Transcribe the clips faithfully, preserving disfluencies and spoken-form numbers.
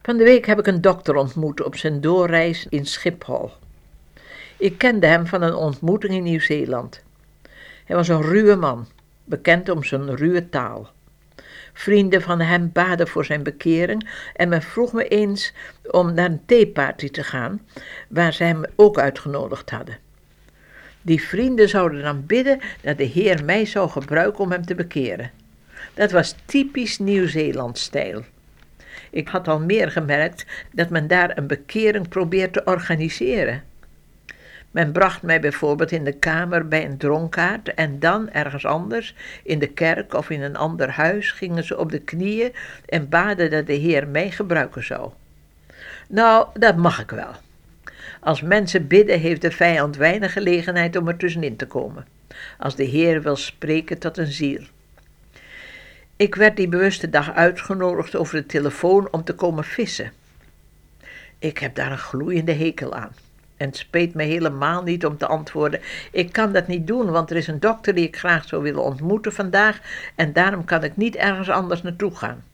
Van de week heb ik een dokter ontmoet op zijn doorreis in Schiphol. Ik kende hem van een ontmoeting in Nieuw-Zeeland. Hij was een ruwe man, bekend om zijn ruwe taal. Vrienden van hem baden voor zijn bekering en men vroeg me eens om naar een theeparty te gaan, waar ze hem ook uitgenodigd hadden. Die vrienden zouden dan bidden dat de Heer mij zou gebruiken om hem te bekeren. Dat was typisch Nieuw-Zeeland-stijl. Ik had al meer gemerkt dat men daar een bekering probeert te organiseren. Men bracht mij bijvoorbeeld in de kamer bij een dronkaard en dan ergens anders, in de kerk of in een ander huis, gingen ze op de knieën en baden dat de Heer mij gebruiken zou. Nou, dat mag ik wel. Als mensen bidden heeft de vijand weinig gelegenheid om er tussenin te komen, als de Heer wil spreken tot een ziel. Ik werd die bewuste dag uitgenodigd over de telefoon om te komen vissen. Ik heb daar een gloeiende hekel aan. En het speet me helemaal niet om te antwoorden: ik kan dat niet doen, want er is een dokter die ik graag zou willen ontmoeten vandaag en daarom kan ik niet ergens anders naartoe gaan.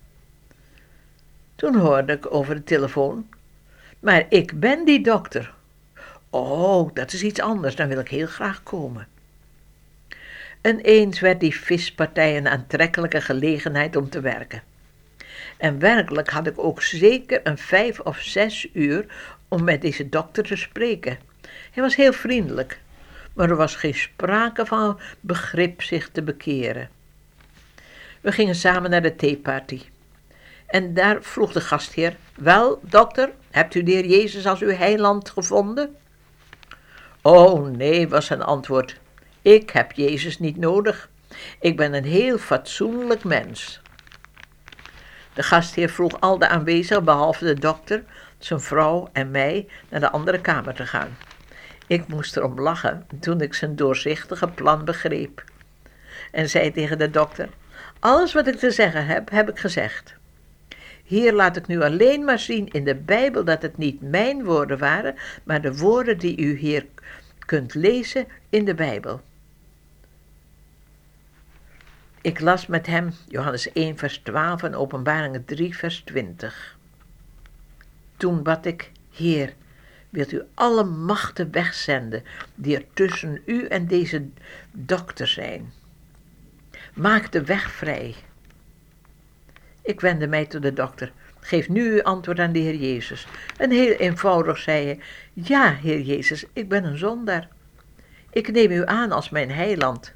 Toen hoorde ik over de telefoon: maar ik ben die dokter. Oh, dat is iets anders, dan wil ik heel graag komen. En eens werd die vispartij een aantrekkelijke gelegenheid om te werken. En werkelijk had ik ook zeker een vijf of zes uur om met deze dokter te spreken. Hij was heel vriendelijk, maar er was geen sprake van begrip zich te bekeren. We gingen samen naar de theeparty. En daar vroeg de gastheer: wel, dokter, hebt u de Heer Jezus als uw heiland gevonden? Oh nee, was zijn antwoord. Ik heb Jezus niet nodig. Ik ben een heel fatsoenlijk mens. De gastheer vroeg al de aanwezigen, behalve de dokter, zijn vrouw en mij, naar de andere kamer te gaan. Ik moest erom lachen toen ik zijn doorzichtige plan begreep. En zei tegen de dokter: alles wat ik te zeggen heb, heb ik gezegd. Hier laat ik nu alleen maar zien in de Bijbel dat het niet mijn woorden waren, maar de woorden die u hier kunt lezen in de Bijbel. Ik las met hem Johannes één vers twaalf en Openbaringen drie vers twintig. Toen bad ik: Heer, wilt u alle machten wegzenden die er tussen u en deze dokter zijn. Maak de weg vrij. Ik wendde mij tot de dokter. Geef nu uw antwoord aan de Heer Jezus. En heel eenvoudig zei hij: ja, Heer Jezus, ik ben een zondaar. Ik neem u aan als mijn heiland.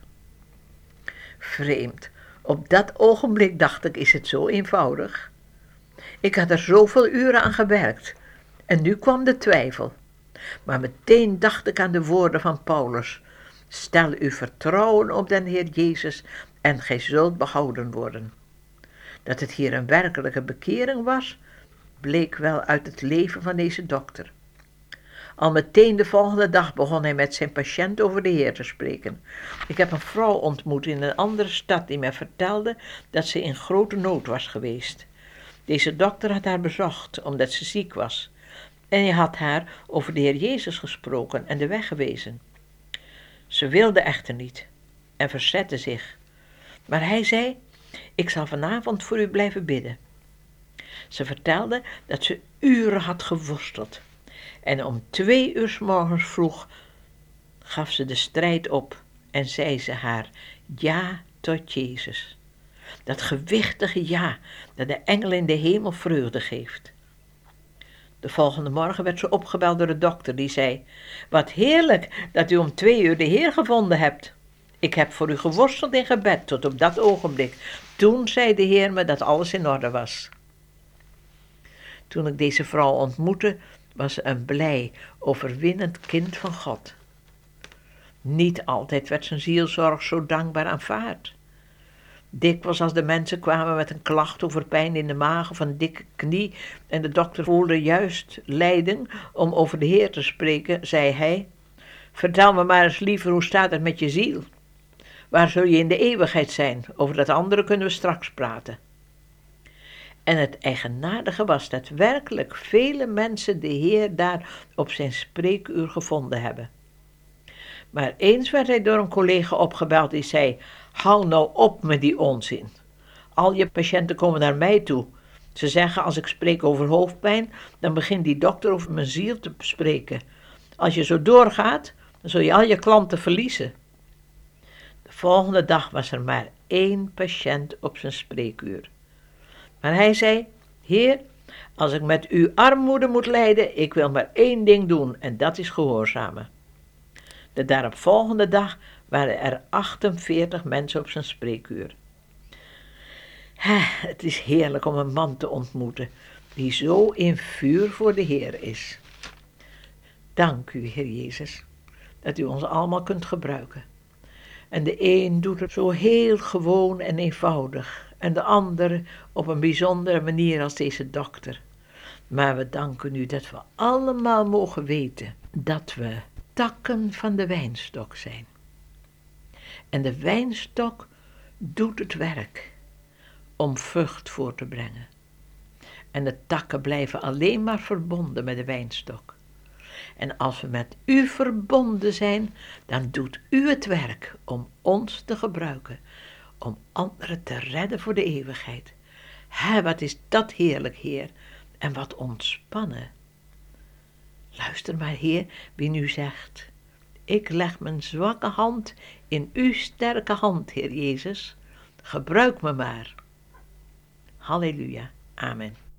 Vreemd, op dat ogenblik dacht ik: is het zo eenvoudig? Ik had er zoveel uren aan gewerkt. En nu kwam de twijfel. Maar meteen dacht ik aan de woorden van Paulus: stel uw vertrouwen op den Heer Jezus en gij zult behouden worden. Dat het hier een werkelijke bekering was, bleek wel uit het leven van deze dokter. Al meteen de volgende dag begon hij met zijn patiënt over de Heer te spreken. Ik heb een vrouw ontmoet in een andere stad die mij vertelde dat ze in grote nood was geweest. Deze dokter had haar bezocht omdat ze ziek was. En hij had haar over de Heer Jezus gesproken en de weg gewezen. Ze wilde echter niet en verzette zich. Maar hij zei: ik zal vanavond voor u blijven bidden. Ze vertelde dat ze uren had geworsteld. En om twee uur 's morgens vroeg gaf ze de strijd op en zei ze haar ja tot Jezus. Dat gewichtige ja dat de engel in de hemel vreugde geeft. De volgende morgen werd ze opgebeld door de dokter die zei: wat heerlijk dat u om twee uur de Heer gevonden hebt. Ik heb voor u geworsteld in gebed tot op dat ogenblik. Toen zei de Heer me dat alles in orde was. Toen ik deze vrouw ontmoette, was ze een blij, overwinnend kind van God. Niet altijd werd zijn zielzorg zo dankbaar aanvaard. Dikwijls als de mensen kwamen met een klacht over pijn in de maag of een dikke knie en de dokter voelde juist leiding om over de Heer te spreken, zei hij: vertel me maar eens liever, hoe staat het met je ziel? Waar zul je in de eeuwigheid zijn? Over dat andere kunnen we straks praten. En het eigenaardige was dat werkelijk vele mensen de Heer daar op zijn spreekuur gevonden hebben. Maar eens werd hij door een collega opgebeld die zei: hou nou op met die onzin. Al je patiënten komen naar mij toe. Ze zeggen als ik spreek over hoofdpijn, dan begint die dokter over mijn ziel te spreken. Als je zo doorgaat, dan zul je al je klanten verliezen. De volgende dag was er maar één patiënt op zijn spreekuur. Maar hij zei, Heer, als ik met uw armoede moet lijden, ik wil maar één ding doen en dat is gehoorzamen. De daaropvolgende dag waren er achtenveertig mensen op zijn spreekuur. Het is heerlijk om een man te ontmoeten die zo in vuur voor de Heer is. Dank u, Heer Jezus, dat u ons allemaal kunt gebruiken. En de een doet het zo heel gewoon en eenvoudig, en de ander op een bijzondere manier als deze dokter. Maar we danken u dat we allemaal mogen weten dat we takken van de wijnstok zijn. En de wijnstok doet het werk om vrucht voor te brengen. En de takken blijven alleen maar verbonden met de wijnstok. En als we met u verbonden zijn, dan doet u het werk om ons te gebruiken, om anderen te redden voor de eeuwigheid. Hé, wat is dat heerlijk, Heer, en wat ontspannen. Luister maar, Heer, wie nu zegt, ik leg mijn zwakke hand in uw sterke hand, Heer Jezus. Gebruik me maar. Halleluja. Amen.